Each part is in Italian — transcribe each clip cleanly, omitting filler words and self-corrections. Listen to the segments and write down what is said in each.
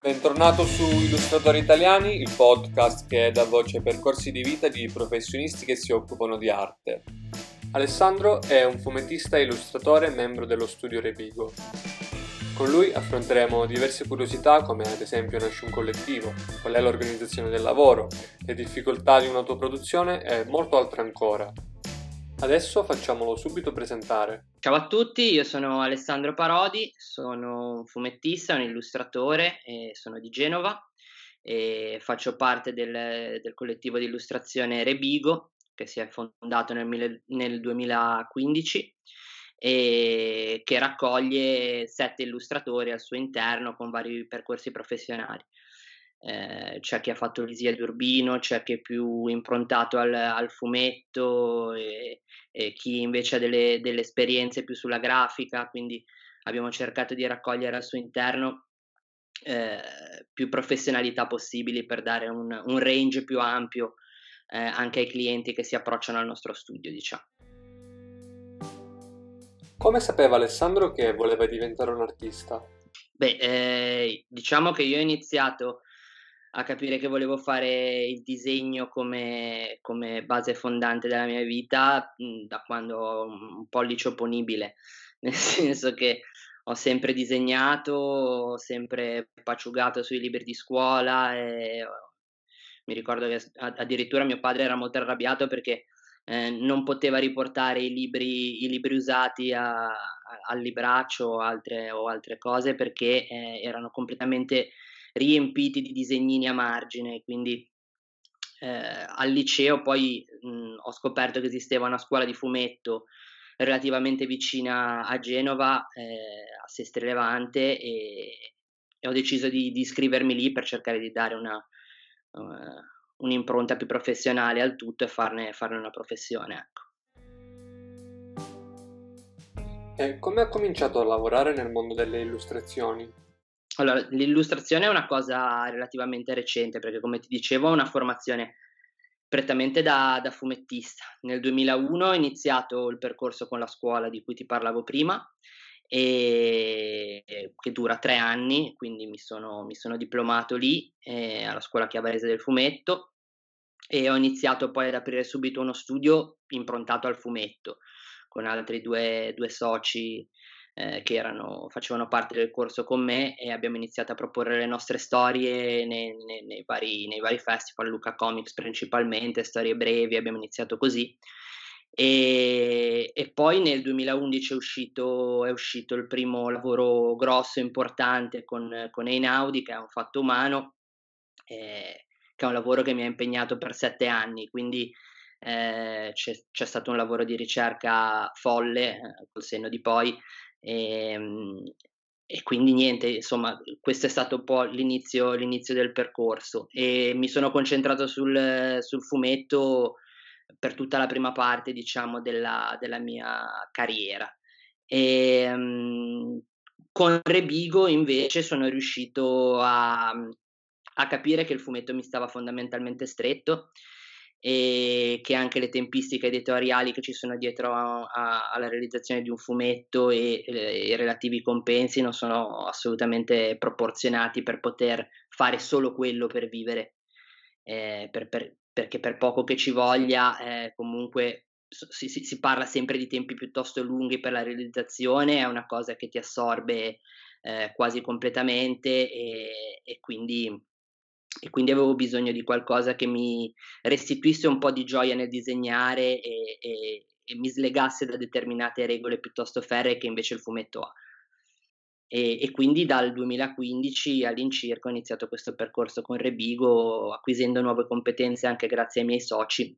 Bentornato su Illustratori Italiani, il podcast che dà voce ai percorsi di vita di professionisti che si occupano di arte. Alessandro è un fumettista e illustratore membro dello studio Repigo. Con lui affronteremo diverse curiosità come ad esempio nasce un collettivo, qual è l'organizzazione del lavoro, le difficoltà di un'autoproduzione e molto altro ancora. Adesso facciamolo subito presentare. Ciao a tutti, io sono Alessandro Parodi, sono un fumettista, un illustratore e sono di Genova e faccio parte del collettivo di illustrazione Rebigo, che si è fondato nel 2015 e che raccoglie 7 illustratori al suo interno con vari percorsi professionali. C'è chi ha fatto l'Isia Urbino, c'è chi è più improntato al fumetto e chi invece ha delle esperienze più sulla grafica, quindi abbiamo cercato di raccogliere al suo interno più professionalità possibili per dare un range più ampio anche ai clienti che si approcciano al nostro studio, diciamo. Come sapeva Alessandro che voleva diventare un artista? Diciamo che io ho iniziato a capire che volevo fare il disegno come base fondante della mia vita, da quando ho un pollice opponibile, nel senso che ho sempre disegnato, ho sempre paciugato sui libri di scuola mi ricordo che addirittura mio padre era molto arrabbiato perché non poteva riportare i libri usati al libraccio o altre cose perché erano completamente riempiti di disegnini a margine. Quindi al liceo poi ho scoperto che esisteva una scuola di fumetto relativamente vicina a Genova, a Sestri Levante, e ho deciso di iscrivermi lì per cercare di dare un'impronta più professionale al tutto e farne una professione, ecco. E come ha cominciato a lavorare nel mondo delle illustrazioni? Allora, l'illustrazione è una cosa relativamente recente, perché come ti dicevo ho una formazione prettamente da fumettista. Nel 2001 ho iniziato il percorso con la scuola di cui ti parlavo prima, che dura 3 anni, quindi mi sono diplomato lì, alla Scuola Chiavarese del Fumetto, e ho iniziato poi ad aprire subito uno studio improntato al fumetto, con altri due soci facevano parte del corso con me, e abbiamo iniziato a proporre le nostre storie nei vari festival, Lucca Comics principalmente, storie brevi, abbiamo iniziato così. E poi nel 2011 è uscito il primo lavoro grosso e importante con Einaudi, che è Un fatto umano, ehm, che è un lavoro che mi ha impegnato per 7 anni, quindi c'è stato un lavoro di ricerca folle, col senno di poi, ehm, e quindi niente, insomma, questo è stato un po' l'inizio del percorso, e mi sono concentrato sul fumetto per tutta la prima parte, diciamo, della mia carriera. Ehm, con Rebigo invece sono riuscito a capire che il fumetto mi stava fondamentalmente stretto, e che anche le tempistiche editoriali che ci sono dietro alla realizzazione di un fumetto e i relativi compensi non sono assolutamente proporzionati per poter fare solo quello per vivere. Perché per poco che ci voglia, comunque si parla sempre di tempi piuttosto lunghi per la realizzazione, è una cosa che ti assorbe quasi completamente, e quindi avevo bisogno di qualcosa che mi restituisse un po' di gioia nel disegnare e mi slegasse da determinate regole piuttosto ferree che invece il fumetto ha. E quindi dal 2015 all'incirca ho iniziato questo percorso con Rebigo, acquisendo nuove competenze anche grazie ai miei soci,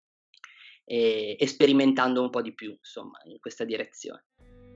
e sperimentando un po' di più, insomma, in questa direzione.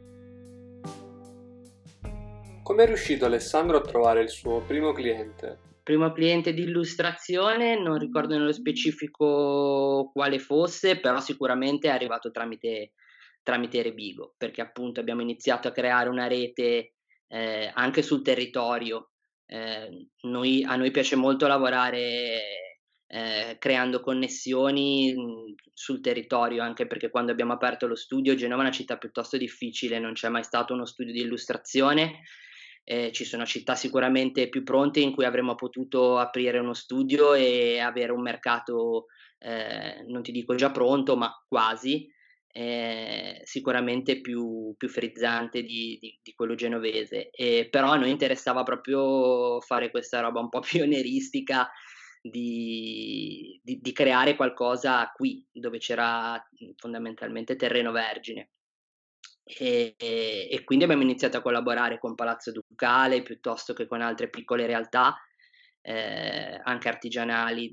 Come è riuscito Alessandro a trovare il suo primo cliente? Primo cliente di illustrazione, non ricordo nello specifico quale fosse, però sicuramente è arrivato tramite Rebigo, perché appunto abbiamo iniziato a creare una rete anche sul territorio. A noi piace molto lavorare creando connessioni sul territorio, anche perché quando abbiamo aperto lo studio, Genova è una città piuttosto difficile, non c'è mai stato uno studio di illustrazione, Ci sono città sicuramente più pronte in cui avremmo potuto aprire uno studio e avere un mercato, non ti dico già pronto, ma quasi, sicuramente più frizzante di quello genovese. Però a noi interessava proprio fare questa roba un po' pionieristica di creare qualcosa qui, dove c'era, fondamentalmente terreno vergine. E quindi abbiamo iniziato a collaborare con Palazzo Ducale, piuttosto che con altre piccole realtà, anche artigianali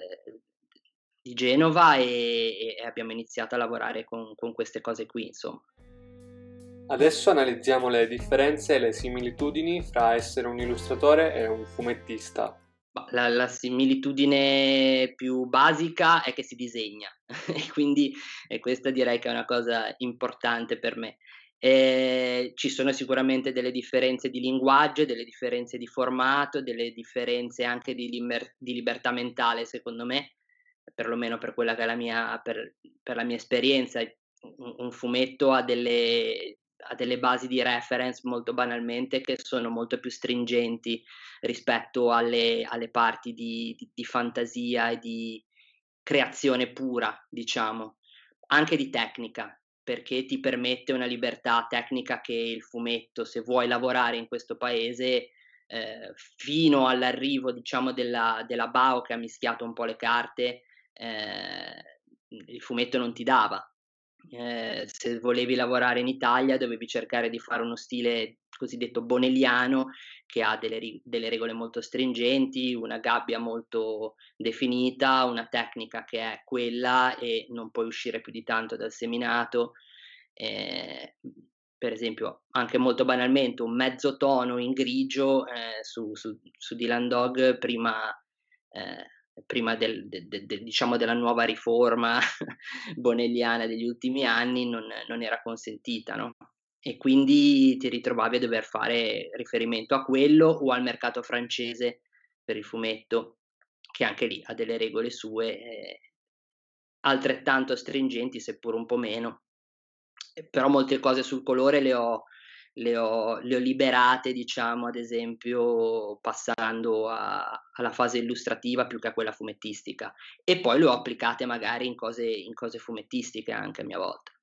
di Genova, e abbiamo iniziato a lavorare con queste cose qui, insomma. Adesso analizziamo le differenze e le similitudini fra essere un illustratore e un fumettista. Ma la similitudine più basica è che si disegna e quindi questa direi che è una cosa importante per me. Ci sono sicuramente delle differenze di linguaggio, delle differenze di formato, delle differenze anche di libertà mentale secondo me, perlomeno per quella che è per la mia esperienza. Un fumetto ha delle basi di reference, molto banalmente, che sono molto più stringenti rispetto alle parti di fantasia e di creazione pura, diciamo, anche di tecnica, perché ti permette una libertà tecnica che il fumetto, se vuoi lavorare in questo paese, fino all'arrivo, diciamo, della BAO che ha mischiato un po' le carte, il fumetto non ti dava. Se volevi lavorare in Italia dovevi cercare di fare uno stile cosiddetto bonelliano, che ha delle regole molto stringenti, una gabbia molto definita, una tecnica che è quella e non puoi uscire più di tanto dal seminato. Ehm, per esempio, anche molto banalmente, un mezzo tono in grigio, su Dylan Dog prima diciamo della nuova riforma bonelliana degli ultimi anni non era consentita, no, e quindi ti ritrovavi a dover fare riferimento a quello o al mercato francese per il fumetto, che anche lì ha delle regole sue, altrettanto stringenti, seppur un po' meno. Però molte cose sul colore le ho liberate, diciamo, ad esempio passando alla fase illustrativa più che a quella fumettistica, e poi le ho applicate magari in cose fumettistiche anche a mia volta.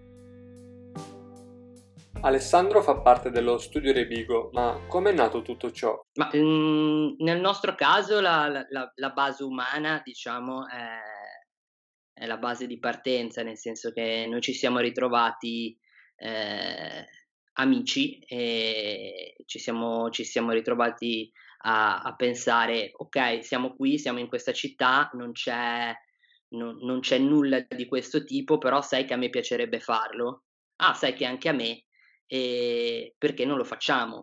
Alessandro fa parte dello studio Rebigo, ma come è nato tutto ciò? Ma, nel nostro caso la base umana, diciamo, è la base di partenza, nel senso che noi ci siamo ritrovati, ehm, amici, e ci siamo ritrovati a pensare: "Okay, siamo qui, siamo in questa città, non c'è nulla di questo tipo, però sai che a me piacerebbe farlo? Ah, sai che anche a me, perché non lo facciamo?"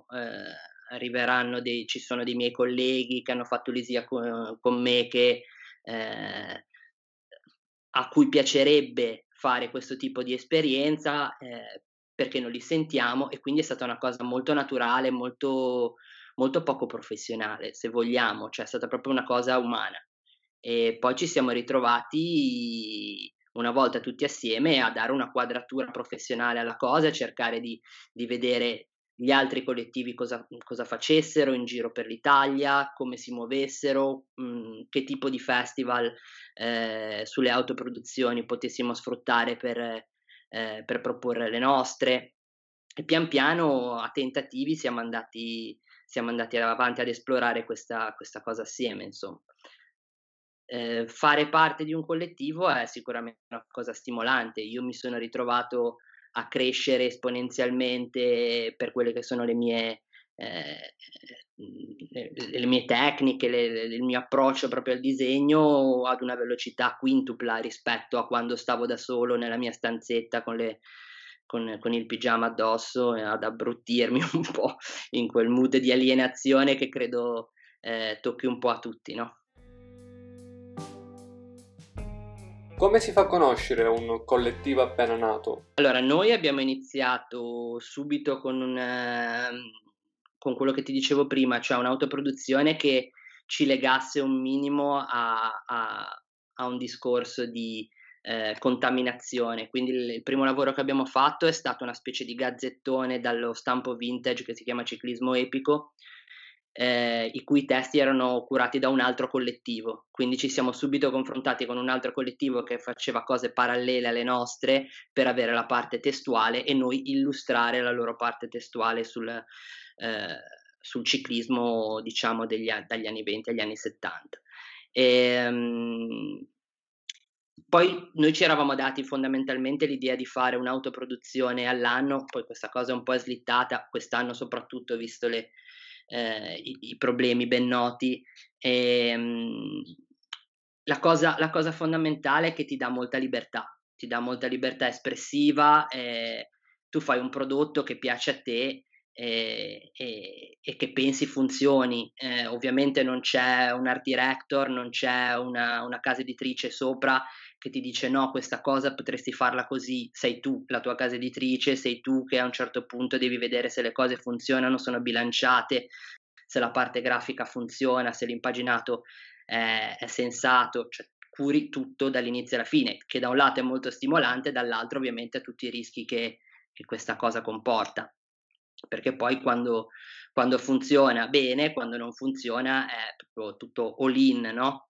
Ci sono dei miei colleghi che hanno fatto l'ISIA con me che, ehm a cui piacerebbe fare questo tipo di esperienza, perché non li sentiamo, e quindi è stata una cosa molto naturale, molto poco professionale, se vogliamo, cioè è stata proprio una cosa umana. E poi ci siamo ritrovati una volta tutti assieme a dare una quadratura professionale alla cosa, a cercare di vedere gli altri collettivi cosa facessero in giro per l'Italia, come si muovessero, che tipo di festival, sulle autoproduzioni potessimo sfruttare per proporre le nostre. E pian piano, a tentativi, siamo andati avanti ad esplorare questa cosa assieme, insomma. Fare parte di un collettivo è sicuramente una cosa stimolante. Io mi sono ritrovato a crescere esponenzialmente per quelle che sono le mie tecniche, il mio approccio proprio al disegno ad una velocità quintupla rispetto a quando stavo da solo nella mia stanzetta con il pigiama addosso e ad abbruttirmi un po' in quel mood di alienazione che credo, tocchi un po' a tutti, no? Come si fa a conoscere un collettivo appena nato? Allora, noi abbiamo iniziato subito con quello che ti dicevo prima, cioè un'autoproduzione che ci legasse un minimo a un discorso contaminazione. Quindi il primo lavoro che abbiamo fatto è stato una specie di gazzettone dallo stampo vintage che si chiama Ciclismo Epico, i cui testi erano curati da un altro collettivo. Quindi ci siamo subito confrontati con un altro collettivo che faceva cose parallele alle nostre per avere la parte testuale e noi illustrare la loro parte testuale sul ciclismo, diciamo, dagli anni 20 agli anni 70. Poi noi ci eravamo dati fondamentalmente l'idea di fare un'autoproduzione all'anno, poi questa cosa un po' è slittata, quest'anno soprattutto visto i problemi ben noti. La cosa fondamentale è che ti dà molta libertà espressiva, tu fai un prodotto che piace a te, e che pensi funzioni. Ovviamente non c'è un art director, non c'è una casa editrice sopra che ti dice: "No, questa cosa potresti farla così." Sei tu la tua casa editrice, sei tu che a un certo punto devi vedere se le cose funzionano, sono bilanciate, se la parte grafica funziona, se l'impaginato è sensato, cioè curi tutto dall'inizio alla fine, che da un lato è molto stimolante, dall'altro ovviamente ha tutti i rischi che questa cosa comporta. Perché poi quando funziona bene, quando non funziona è proprio tutto all in, no,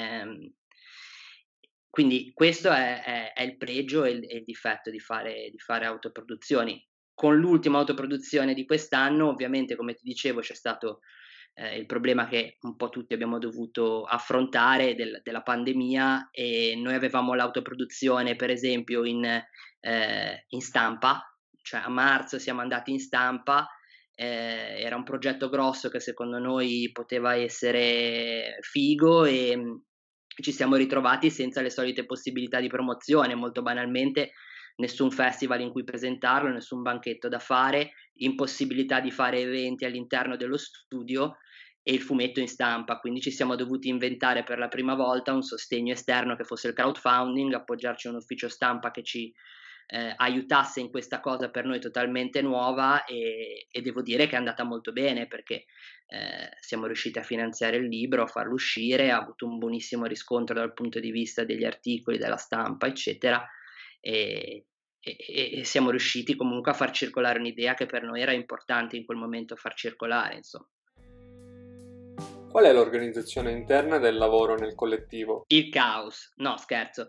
quindi questo è il pregio e il difetto di fare autoproduzioni. Con l'ultima autoproduzione di quest'anno, ovviamente, come ti dicevo, c'è stato, il problema che un po' tutti abbiamo dovuto affrontare della pandemia, e noi avevamo l'autoproduzione per esempio in stampa, cioè a marzo siamo andati in stampa, era un progetto grosso che secondo noi poteva essere figo, ci siamo ritrovati senza le solite possibilità di promozione, molto banalmente nessun festival in cui presentarlo, nessun banchetto da fare, impossibilità di fare eventi all'interno dello studio e il fumetto in stampa. Quindi ci siamo dovuti inventare per la prima volta un sostegno esterno che fosse il crowdfunding, appoggiarci a un ufficio stampa che ci aiutasse in questa cosa per noi totalmente nuova, e devo dire che è andata molto bene perché siamo riusciti a finanziare il libro, a farlo uscire, ha avuto un buonissimo riscontro dal punto di vista degli articoli, della stampa, eccetera, e e siamo riusciti comunque a far circolare un'idea che per noi era importante in quel momento far circolare, insomma. Qual è l'organizzazione interna del lavoro nel collettivo? Il caos, no scherzo.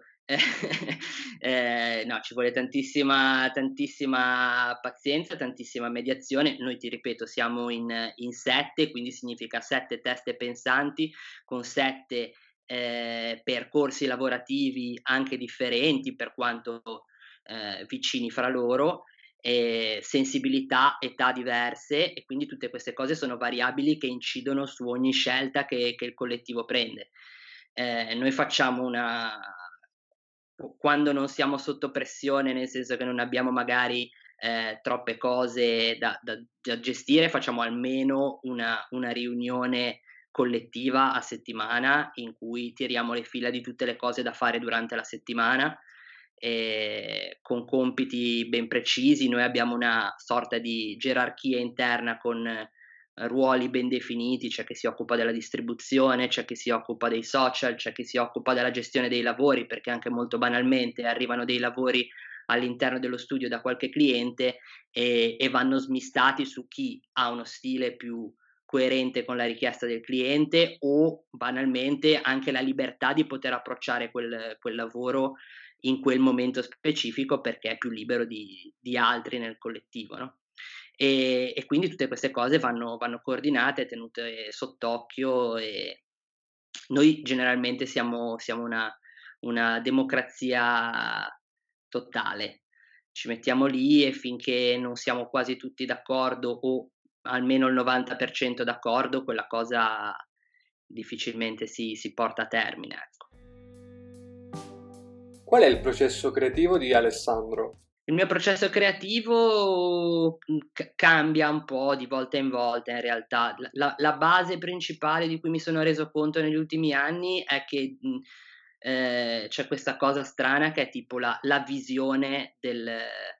No, ci vuole tantissima pazienza, tantissima mediazione. Noi, ti ripeto, siamo in 7, quindi significa 7 teste pensanti con 7 percorsi lavorativi anche differenti per quanto vicini fra loro, sensibilità, età diverse, e quindi tutte queste cose sono variabili che incidono su ogni scelta che il collettivo prende. Noi facciamo quando non siamo sotto pressione, nel senso che non abbiamo magari troppe cose da gestire, facciamo almeno una riunione collettiva a settimana in cui tiriamo le fila di tutte le cose da fare durante la settimana, con compiti ben precisi. Noi abbiamo una sorta di gerarchia interna con ruoli ben definiti, c'è chi si occupa della distribuzione, c'è chi si occupa dei social, c'è chi si occupa della gestione dei lavori, perché anche molto banalmente arrivano dei lavori all'interno dello studio da qualche cliente, e vanno smistati su chi ha uno stile più coerente con la richiesta del cliente, o banalmente anche la libertà di poter approcciare quel lavoro in quel momento specifico perché è più libero di altri nel collettivo, no? E quindi tutte queste cose vanno coordinate, tenute sott'occhio, e noi generalmente siamo una democrazia totale. Ci mettiamo lì e finché non siamo quasi tutti d'accordo, o almeno il 90% d'accordo, quella cosa difficilmente si porta a termine, ecco. Qual è il processo creativo di Alessandro? Il mio processo creativo, cambia un po' di volta in volta in realtà. La base principale di cui mi sono reso conto negli ultimi anni è che, c'è questa cosa strana che è tipo la visione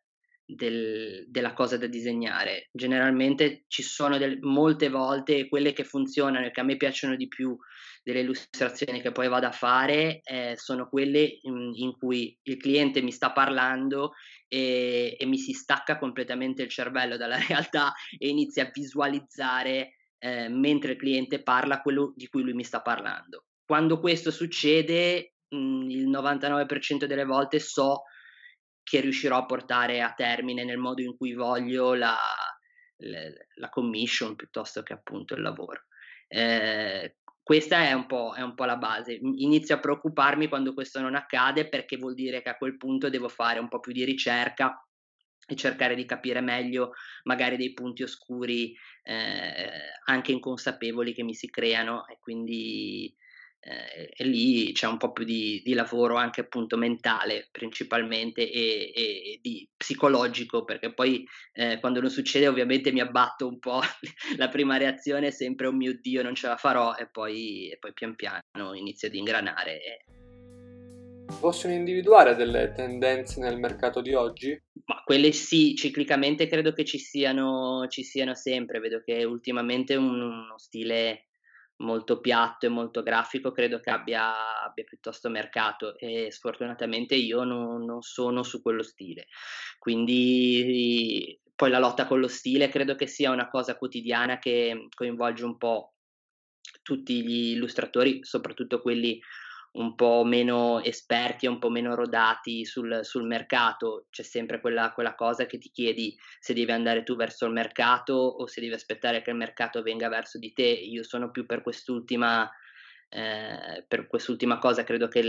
della cosa da disegnare. Generalmente ci sono molte volte quelle che funzionano e che a me piacciono di più delle illustrazioni che poi vado a fare, sono quelle in cui il cliente mi sta parlando e mi si stacca completamente il cervello dalla realtà e inizia a visualizzare, mentre il cliente parla, quello di cui lui mi sta parlando. Quando questo succede, il 99% delle volte so che riuscirò a portare a termine nel modo in cui voglio la commission piuttosto che appunto il lavoro. Questa è un po' la base. Inizio a preoccuparmi quando questo non accade, perché vuol dire che a quel punto devo fare un po' più di ricerca e cercare di capire meglio magari dei punti oscuri, anche inconsapevoli che mi si creano, e quindi e lì c'è un po' più di lavoro anche appunto mentale principalmente e di psicologico, perché poi, quando non succede ovviamente mi abbatto un po', la prima reazione è sempre: "Oh mio Dio, non ce la farò", e poi pian piano inizio ad ingranare e Possono individuare delle tendenze nel mercato di oggi? ma quelle sì, ciclicamente credo che ci siano sempre. Vedo che ultimamente uno stile molto piatto e molto grafico credo che abbia piuttosto mercato, e sfortunatamente io non sono su quello stile. Quindi poi la lotta con lo stile credo che sia una cosa quotidiana che coinvolge un po' tutti gli illustratori, soprattutto quelli un po' meno esperti e un po' meno rodati sul mercato. C'è sempre quella cosa che ti chiedi se devi andare tu verso il mercato o se devi aspettare che il mercato venga verso di te. Io sono più per quest'ultima cosa. Credo che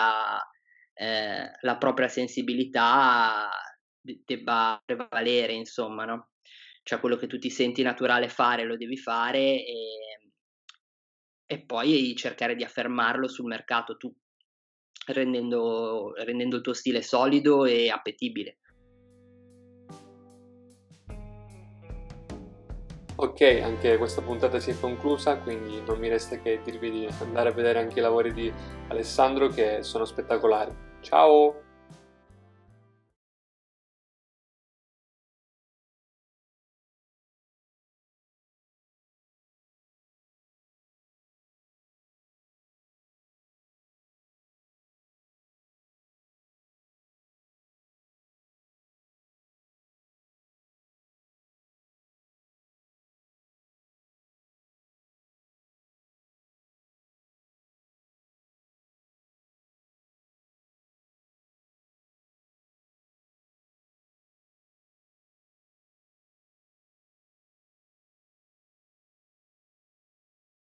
la propria sensibilità debba prevalere, insomma, no, cioè quello che tu ti senti naturale fare lo devi fare, e poi cercare di affermarlo sul mercato tu, rendendo il tuo stile solido e appetibile. Ok, anche questa puntata si è conclusa, quindi non mi resta che dirvi di andare a vedere anche i lavori di Alessandro che sono spettacolari. Ciao!